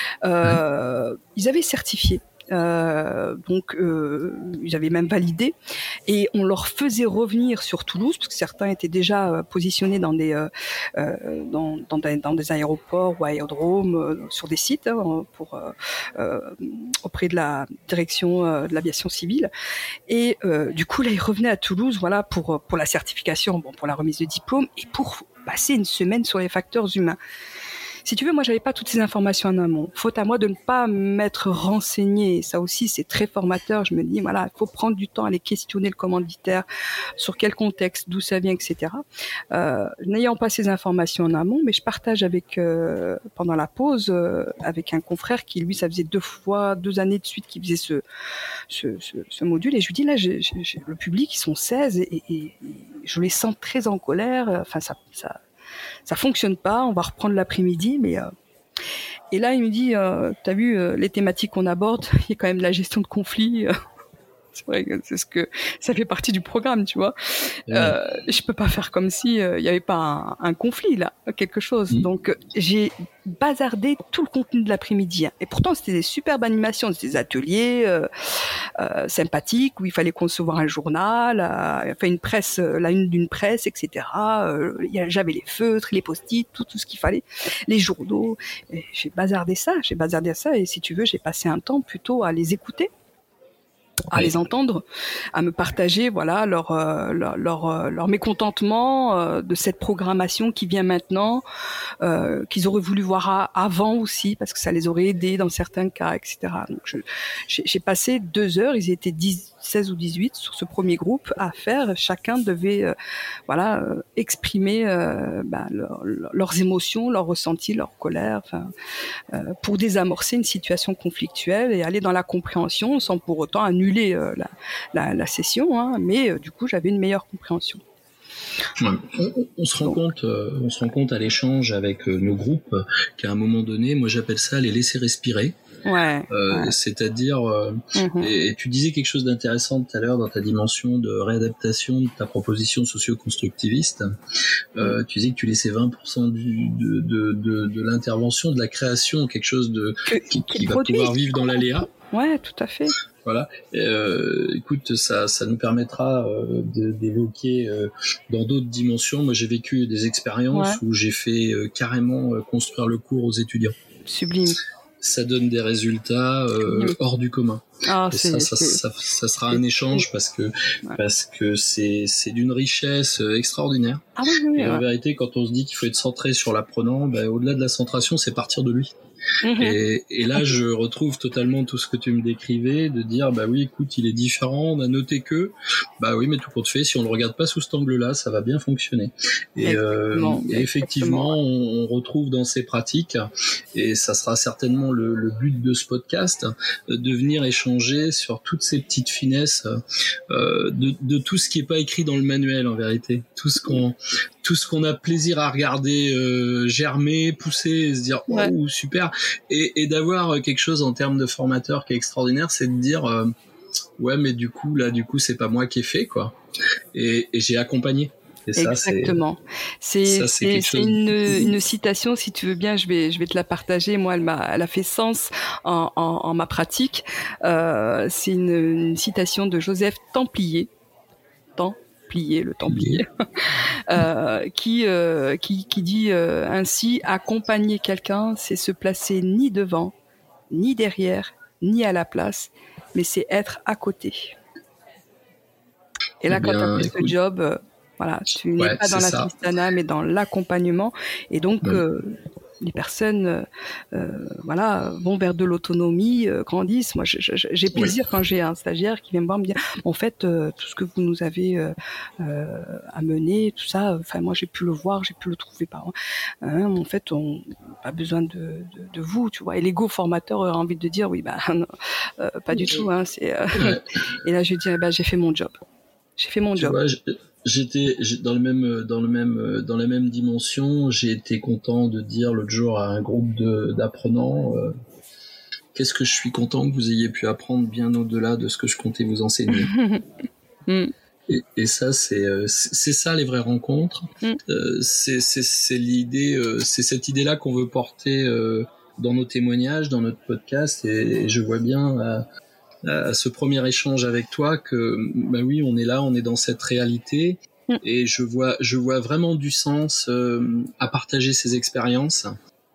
euh, mmh. ils avaient certifié. Euh, donc euh, ils avaient même validé et on leur faisait revenir sur Toulouse parce que certains étaient déjà euh, positionnés dans des euh, euh, dans, dans, des, dans des aéroports ou aérodromes euh, sur des sites hein, pour euh, euh, auprès de la direction euh, de l'aviation civile et euh, du coup là ils revenaient à Toulouse voilà pour pour la certification, bon pour la remise de diplôme et pour passer une semaine sur les facteurs humains. Si tu veux, moi, j'avais pas toutes ces informations en amont. Faute à moi de ne pas m'être renseignée. Ça aussi, c'est très formateur. Je me dis, voilà, il faut prendre du temps à aller questionner le commanditaire, sur quel contexte, d'où ça vient, et cetera. Euh, n'ayant pas ces informations en amont, mais je partage avec, euh, pendant la pause, euh, avec un confrère qui, lui, ça faisait deux fois, deux années de suite qu'il faisait ce, ce, ce, ce module. Et je lui dis, là, j'ai, j'ai, le public, ils sont seize et, et, et je les sens très en colère. Enfin, ça, ça, ça fonctionne pas, on va reprendre l'après-midi, mais euh... et là il me dit, euh, t'as vu euh, les thématiques qu'on aborde, il y a quand même la gestion de conflits. Euh... C'est vrai que c'est ce que ça fait partie du programme, tu vois. Mmh. Euh, je peux pas faire comme si il euh, y avait pas un, un conflit là, quelque chose. Mmh. Donc j'ai bazardé tout le contenu de l'après-midi. Hein. Et pourtant c'était des superbes animations, c'était des ateliers euh, euh, sympathiques où il fallait concevoir un journal, euh, enfin une presse, la une d'une presse, et cetera. Euh, j'avais les feutres, les post-it, tout tout ce qu'il fallait, les journaux. Et j'ai bazardé ça, j'ai bazardé ça. Et si tu veux, j'ai passé un temps plutôt à les écouter, à oui. les entendre, à me partager voilà leur euh, leur, leur leur mécontentement euh, de cette programmation qui vient maintenant, euh, qu'ils auraient voulu voir à, avant aussi parce que ça les aurait aidés dans certains cas, et cetera. Donc je, j'ai, j'ai passé deux heures, ils étaient dix, seize ou dix-huit sur ce premier groupe à faire. Chacun devait euh, voilà euh, exprimer euh, bah, leur, leurs émotions, leurs ressentis, leur colère, enfin euh, pour désamorcer une situation conflictuelle et aller dans la compréhension sans pour autant annuler Euh, la, la, la session, hein, mais euh, du coup j'avais une meilleure compréhension. Ouais. On, on se rend Donc. compte, euh, on se rend compte à l'échange avec euh, nos groupes euh, qu'à un moment donné, moi j'appelle ça les laisser respirer. Ouais, euh, ouais. C'est-à-dire, euh, mm-hmm. et, et tu disais quelque chose d'intéressant tout à l'heure dans ta dimension de réadaptation de ta proposition socio-constructiviste. Euh, mm. Tu disais que tu laissais vingt pour cent du, de, de, de, de l'intervention, de la création, quelque chose de que, qui, qui va produit. pouvoir vivre dans l'aléa. Ouais, tout à fait. Voilà. Euh, écoute, ça, ça nous permettra euh, de, d'évoquer euh, dans d'autres dimensions. Moi, j'ai vécu des expériences ouais. où j'ai fait euh, carrément euh, construire le cours aux étudiants. Sublime. Ça donne des résultats euh, mmh. hors du commun. Ah, et c'est, ça, ça, c'est, ça, ça sera un échange parce que ouais. parce que c'est c'est d'une richesse extraordinaire. Ah oui, oui, et ouais. en vérité, quand on se dit qu'il faut être centré sur l'apprenant, ben, au-delà de la centration, c'est partir de lui. Mmh. Et, et là, je retrouve totalement tout ce que tu me décrivais, de dire, bah oui, écoute, il est différent, on a noté que, bah oui, mais tout compte fait, si on le regarde pas sous cet angle-là, ça va bien fonctionner. Et, euh, et effectivement, on, on retrouve dans ces pratiques, et ça sera certainement le, le but de ce podcast, de venir échanger sur toutes ces petites finesses, euh, de, de tout ce qui est pas écrit dans le manuel, en vérité. Tout ce qu'on, tout ce qu'on a plaisir à regarder euh, germer, pousser, et se dire, oh, ouais. super. Et, et d'avoir quelque chose en termes de formateur qui est extraordinaire, c'est de dire, euh, ouais, mais du coup, là, du coup, c'est pas moi qui ai fait, quoi. Et, et j'ai accompagné. Et ça, exactement. C'est, ça, c'est, c'est, c'est une, une citation, si tu veux bien, je vais, je vais te la partager. Moi, elle m'a, elle a fait sens en, en, en ma pratique. Euh, c'est une, une citation de Joseph Templier. Templier, le Templier, euh, qui, euh, qui, qui dit euh, ainsi: accompagner quelqu'un, c'est se placer ni devant, ni derrière, ni à la place, mais c'est être à côté. Et là, eh bien, quand tu as fait écoute, ce job, euh, voilà, tu ouais, n'es pas dans l'assistanat, mais dans l'accompagnement. Et donc, ouais. euh, les personnes euh, voilà, vont vers de l'autonomie, euh, grandissent. Moi, je, je, j'ai plaisir ouais. quand j'ai un stagiaire qui vient me voir me dire, en fait, euh, tout ce que vous nous avez euh, euh, amené, tout ça, enfin, moi, j'ai pu le voir, j'ai pu le trouver par hein, en fait, on n'a pas besoin de, de, de vous, tu vois. Et l'ego formateur aurait envie de dire, oui, bah, non, euh, pas du tout. Hein, c'est, euh... ouais. Et là, je dirais, bah, j'ai fait mon job. J'ai fait mon tu job. Vois, j'étais dans le même dans le même dans la même dimension. J'ai été content de dire l'autre jour à un groupe de, d'apprenants, euh, qu'est-ce que je suis content que vous ayez pu apprendre bien au-delà de ce que je comptais vous enseigner. mm. et, et ça, c'est c'est ça les vraies rencontres. Mm. Euh, c'est c'est c'est l'idée, euh, c'est cette idée-là qu'on veut porter euh, dans nos témoignages, dans notre podcast. Et, et je vois bien. Euh, à ce premier échange avec toi que bah oui, on est là, on est dans cette réalité mmh. et je vois je vois vraiment du sens euh, à partager ces expériences,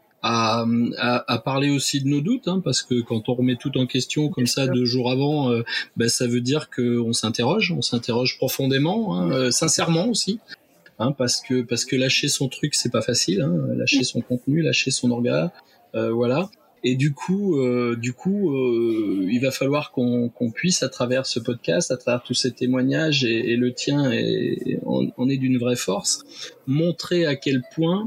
à, à à parler aussi de nos doutes, hein, parce que quand on remet tout en question comme ça deux jours avant, euh, bah ça veut dire que on s'interroge, on s'interroge profondément, hein, euh, sincèrement aussi, hein, parce que parce que lâcher son truc c'est pas facile, hein, lâcher son contenu, lâcher son orga, euh, voilà. Et du coup, euh, du coup, euh, il va falloir qu'on, qu'on puisse, à travers ce podcast, à travers tous ces témoignages et, et le tien, et, et on, on est d'une vraie force, montrer à quel point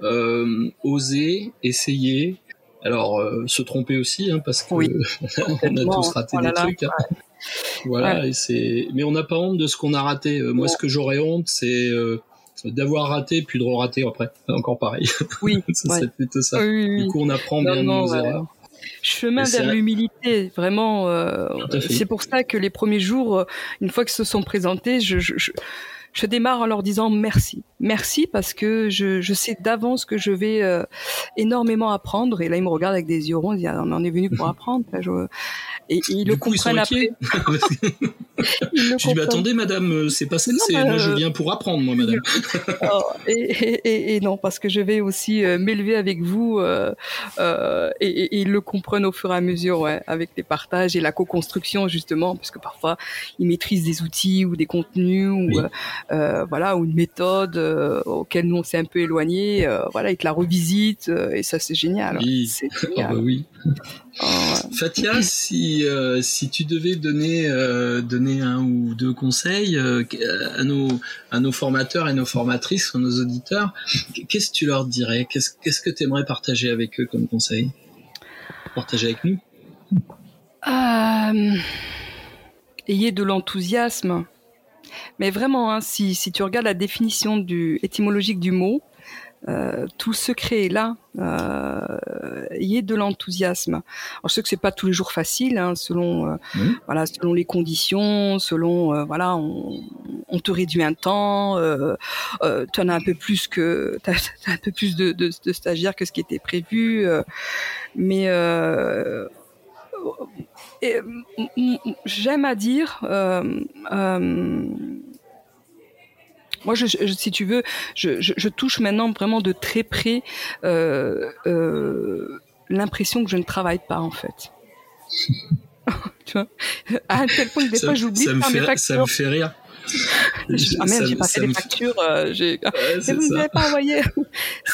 euh, oser, essayer, alors euh, se tromper aussi, hein, parce que oui. on a tous raté oh des là trucs. Hein. Ouais. Voilà, ouais. Et c'est. Mais on n'a pas honte de ce qu'on a raté. Euh, moi, ouais. ce que j'aurais honte, c'est euh, d'avoir raté puis de re-rater après. Encore pareil. Oui, ça, ouais. c'est plutôt ça. Oui, oui, du coup, on apprend non, bien non, de nos ouais. erreurs. Chemin vers vrai. l'humilité, vraiment. Euh, c'est pour ça que les premiers jours, une fois qu'ils se sont présentés, je, je, je, je démarre en leur disant merci. Merci parce que je, je sais d'avance que je vais euh, énormément apprendre. Et là, ils me regardent avec des yeux ronds, ils disent, on en est venu pour apprendre. Je... Et, et ils du le coup, comprennent ils après. Je dis, bah, attendez, madame, c'est pas ça, c'est, bah, moi je viens pour apprendre, moi, madame. oh, et, et, et non, parce que je vais aussi euh, m'élever avec vous, euh, euh, et, et, et ils le comprennent au fur et à mesure, ouais, avec les partages et la co-construction, justement, parce que parfois, ils maîtrisent des outils ou des contenus, ou, oui. euh, voilà, ou une méthode euh, auquel nous, on s'est un peu éloigné, euh, voilà, ils te la revisitent, euh, et ça, c'est génial. Oui, c'est génial. Oh, bah oui. Oh, ouais. Fatia, si euh, si tu devais donner euh, donner un ou deux conseils euh, à nos à nos formateurs et nos formatrices, à nos auditeurs, qu'est-ce que tu leur dirais ? Qu'est-ce qu'est-ce que tu aimerais partager avec eux comme conseil ? Partager avec nous ? euh, Ayez de l'enthousiasme, mais vraiment, hein, si si tu regardes la définition du étymologique du mot. Euh, tout le secret est là, euh, y ait de l'enthousiasme. Alors, je sais que c'est pas tous les jours facile, hein, selon euh, mmh. voilà, selon les conditions, selon euh, voilà, on, on te réduit un temps, euh, euh, tu en as un peu plus que, t'as, t'as un peu plus de, de, de stagiaires que ce qui était prévu, euh, mais euh, et, j'aime à dire. Euh, euh, Moi, je, je, si tu veux, je, je, je touche maintenant vraiment de très près euh, euh, l'impression que je ne travaille pas, en fait. Tu vois, à un tel point que des ça, fois, j'oublie de faire mes factures. Ça me fait rire. Je, ah merde, ça, j'ai pas fait les factures. Euh, j'ai... Ouais, mais vous ne les avez pas envoyées. C'est,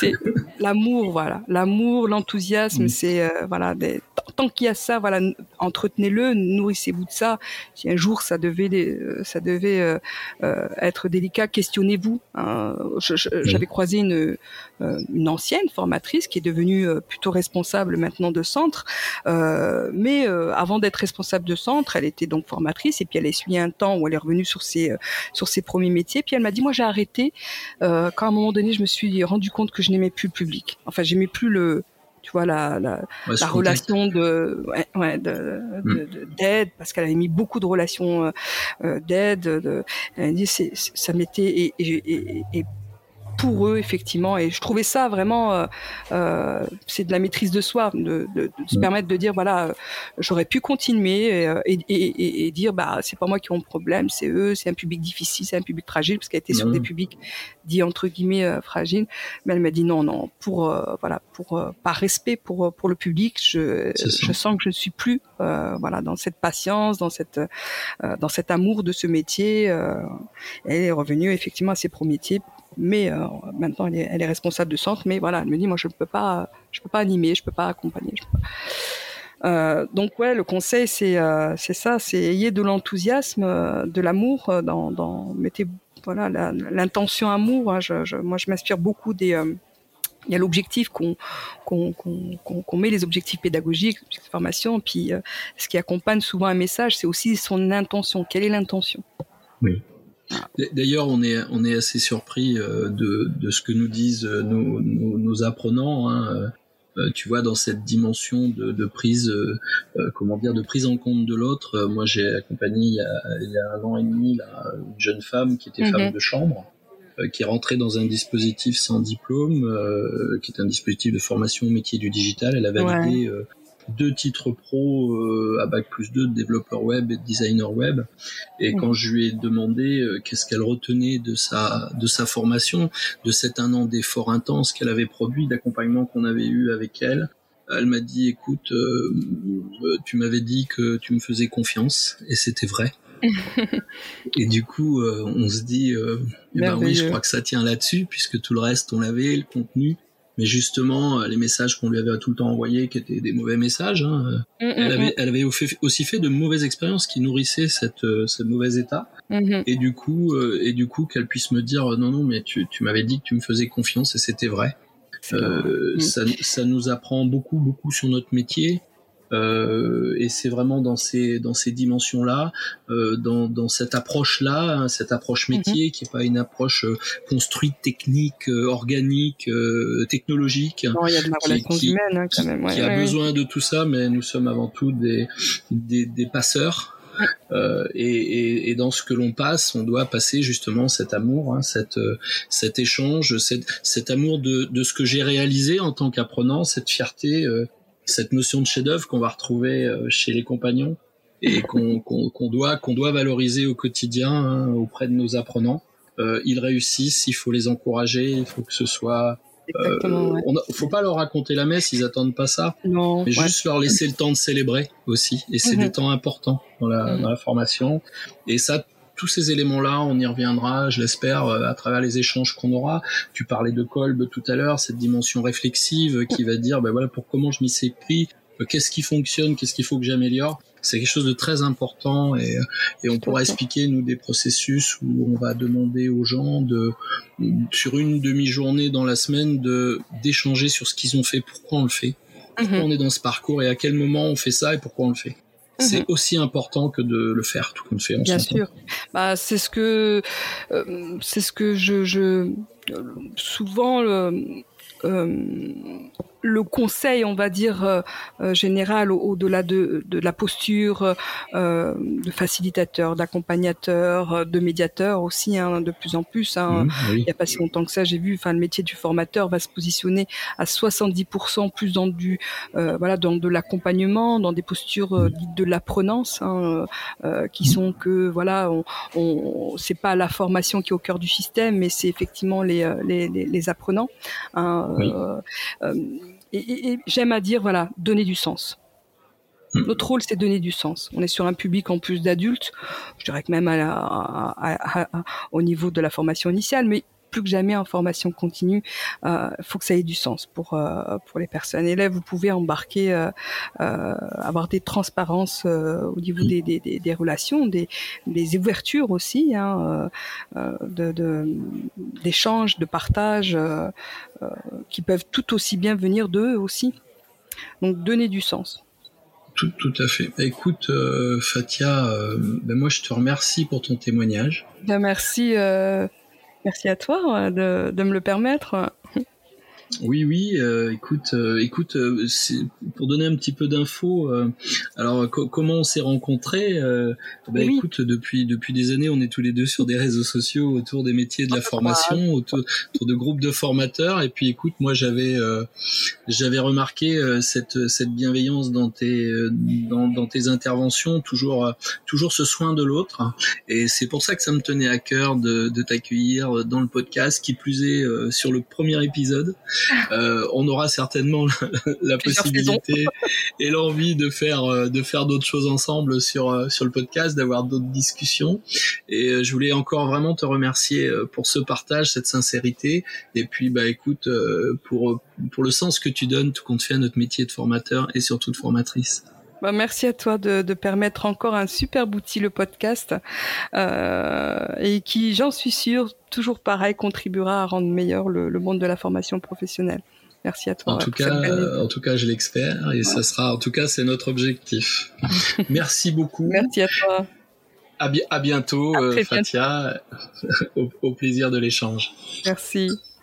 c'est l'amour, voilà, l'amour, l'enthousiasme, mmh. c'est euh, voilà, des, tant qu'il y a ça, voilà, entretenez-le, nourrissez-vous de ça. Si un jour ça devait, ça devait euh, euh, être délicat, questionnez-vous. Hein. Je, je, oui. J'avais croisé une euh, une ancienne formatrice qui est devenue euh, plutôt responsable maintenant de centre, euh, mais euh, avant d'être responsable de centre, elle était donc formatrice et puis elle a essuyé un temps où elle est revenue sur ses euh, sur ses premiers métiers. Puis elle m'a dit, moi j'ai arrêté euh, quand à un moment donné je me suis rendu compte que je n'aimais plus le public. Enfin, j'aimais plus le tu vois la la, ouais, la relation de ouais, ouais de, mm. de, de d'aide, parce qu'elle avait mis beaucoup de relations euh, d'aide. De, elle dit c'est, ça m'était et, et, et, et pour eux effectivement, et je trouvais ça vraiment euh, euh, c'est de la maîtrise de soi, de, de, de se mmh. permettre de dire voilà, euh, j'aurais pu continuer et, et, et, et dire bah c'est pas moi qui ai un problème, c'est eux, c'est un public difficile, c'est un public fragile, parce qu'elle était mmh. sur des publics dits entre guillemets euh, fragiles, mais elle m'a dit non non pour euh, voilà pour euh, par respect pour pour le public, je je sens que je ne suis plus euh, voilà dans cette patience, dans cette euh, dans cet amour de ce métier. Euh, elle est revenue effectivement à ses premiers métiers. Mais euh, maintenant elle est, elle est responsable de centre, mais voilà, elle me dit moi je peux pas, je peux pas animer, je peux pas accompagner. Je peux pas. Euh, donc ouais, le conseil c'est euh, c'est ça, c'est ayez de l'enthousiasme, euh, de l'amour euh, dans, dans mettez voilà la, l'intention amour. Hein, je, je, moi je m'inspire beaucoup des euh, il y a l'objectif qu'on, qu'on, qu'on, qu'on, qu'on met les objectifs pédagogiques, les objectifs de formation, puis euh, ce qui accompagne souvent un message, c'est aussi son intention. Quelle est l'intention ? Oui. D'ailleurs, on est on est assez surpris euh, de de ce que nous disent nos nos, nos apprenants. Hein. Euh, tu vois, dans cette dimension de, de prise, euh, comment dire, de prise en compte de l'autre. Euh, moi, j'ai accompagné il y a il y a un an et demi là, une jeune femme qui était mm-hmm. femme de chambre, euh, qui est rentrée dans un dispositif sans diplôme, euh, qui est un dispositif de formation au métier du digital. Elle a validé. Ouais. Euh, deux titres pro euh, à bac plus deux de développeur web et de designer web, et mmh. quand je lui ai demandé euh, qu'est-ce qu'elle retenait de sa de sa formation, de cet un an d'efforts intenses qu'elle avait produit, d'accompagnement qu'on avait eu avec elle, elle m'a dit écoute, euh, tu m'avais dit que tu me faisais confiance, et c'était vrai. Et du coup euh, on se dit euh, eh ben oui, je crois que ça tient là-dessus, puisque tout le reste on l'avait, le contenu. Mais justement, les messages qu'on lui avait tout le temps envoyés, qui étaient des mauvais messages, hein, mmh, elle avait, elle avait aussi fait de mauvaises expériences qui nourrissaient cette, ce mauvais état. Mmh. Et du coup, euh, et du coup, qu'elle puisse me dire non, non, mais tu, tu m'avais dit que tu me faisais confiance, et c'était vrai. Euh, mmh. ça, ça nous apprend beaucoup, beaucoup sur notre métier. Euh, et c'est vraiment dans ces dans ces dimensions-là, euh, dans dans cette approche-là, hein, cette approche métier, mmh. qui est pas une approche euh, construite, technique, euh, organique, euh, technologique. Non, il y a de la relation qui, humaine hein, quand même. Ouais, qui ouais, a ouais. besoin de tout ça, mais nous sommes avant tout des des, des passeurs. Ouais. Euh, et, et, et dans ce que l'on passe, on doit passer justement cet amour, hein, cet euh, cet échange, cet cet amour de de ce que j'ai réalisé en tant qu'apprenant, cette fierté. Euh, cette notion de chef-d'œuvre qu'on va retrouver chez les compagnons et qu'on, qu'on, qu'on doit qu'on doit valoriser au quotidien hein, auprès de nos apprenants. Euh, ils réussissent, il faut les encourager, il faut que ce soit. Exactement. Euh, ouais. On a, faut pas leur raconter la messe, ils attendent pas ça. Non. Mais ouais. juste leur laisser le temps de célébrer aussi, et c'est mm-hmm. des temps importants dans la mm-hmm. dans la formation. Et ça. Tous ces éléments-là, on y reviendra, je l'espère, à travers les échanges qu'on aura. Tu parlais de Kolb tout à l'heure, cette dimension réflexive qui va dire, ben voilà, pour comment je m'y suis pris, qu'est-ce qui fonctionne, qu'est-ce qu'il faut que j'améliore. C'est quelque chose de très important, et, et on pourra expliquer, nous, des processus où on va demander aux gens de, sur une demi-journée dans la semaine, de, d'échanger sur ce qu'ils ont fait, pourquoi on le fait, pourquoi mm-hmm. on est dans ce parcours et à quel moment on fait ça et pourquoi on le fait. C'est mmh. aussi important que de le faire tout comme fait. On Bien s'entend. sûr. Bah c'est ce que euh, c'est ce que je, je souvent le, euh, le conseil, on va dire euh, euh, général, au, au-delà de, de la posture euh, de facilitateur, d'accompagnateur, de médiateur aussi, hein, de plus en plus. Hein. Mmh, oui. Il n'y a pas si longtemps que ça, j'ai vu. Enfin, le métier du formateur va se positionner à soixante-dix pour cent plus dans du, euh, voilà, dans de l'accompagnement, dans des postures euh, dites de l'apprenance, hein, euh, qui sont que, voilà, on, on, c'est pas la formation qui est au cœur du système, mais c'est effectivement les, les, les, les apprenants. Hein, oui. euh, euh, Et, et, et j'aime à dire, voilà, donner du sens. Notre rôle, c'est donner du sens. On est sur un public en plus d'adultes, je dirais que même à la, à, à, à, au niveau de la formation initiale, mais plus que jamais en formation continue, il euh, faut que ça ait du sens pour euh, pour les personnes. Et là, vous pouvez embarquer, euh, euh, avoir des transparences euh, au niveau des, des, des, des relations, des, des ouvertures aussi, hein, euh, de, de, d'échanges, de partage, euh, euh, qui peuvent tout aussi bien venir d'eux aussi. Donc, donner du sens. Tout, tout à fait. Écoute, euh, Fatia, euh, ben moi je te remercie pour ton témoignage. Ben merci, euh, merci à toi de, de me le permettre. Oui, oui. Euh, écoute, euh, écoute, euh, c'est, pour donner un petit peu d'infos, euh, alors co- comment on s'est rencontrés euh, bah, oui. Écoute, depuis depuis des années, on est tous les deux sur des réseaux sociaux autour des métiers de la formation, autour, autour de groupes de formateurs. Et puis, écoute, moi, j'avais euh, j'avais remarqué euh, cette cette bienveillance dans tes euh, dans dans tes interventions, toujours euh, toujours ce soin de l'autre. Et c'est pour ça que ça me tenait à cœur de de t'accueillir dans le podcast, qui plus est euh, sur le premier épisode. Euh, on aura certainement la, la possibilité et l'envie de faire de faire d'autres choses ensemble sur sur le podcast, d'avoir d'autres discussions. Et je voulais encore vraiment te remercier pour ce partage, cette sincérité. Et puis bah écoute, pour pour le sens que tu donnes tout compte fait à notre métier de formateur et surtout de formatrice. Bah, merci à toi de, de permettre encore un superbe outil, le podcast, euh, et qui, j'en suis sûre, toujours pareil, contribuera à rendre meilleur le, le monde de la formation professionnelle. Merci à toi. En tout cas, euh, en tout cas, je l'espère, et ouais. ça sera, en tout cas, c'est notre objectif. Merci beaucoup. Merci à toi. À, bi- à bientôt, à euh, Fatia. au, au plaisir de l'échange. Merci.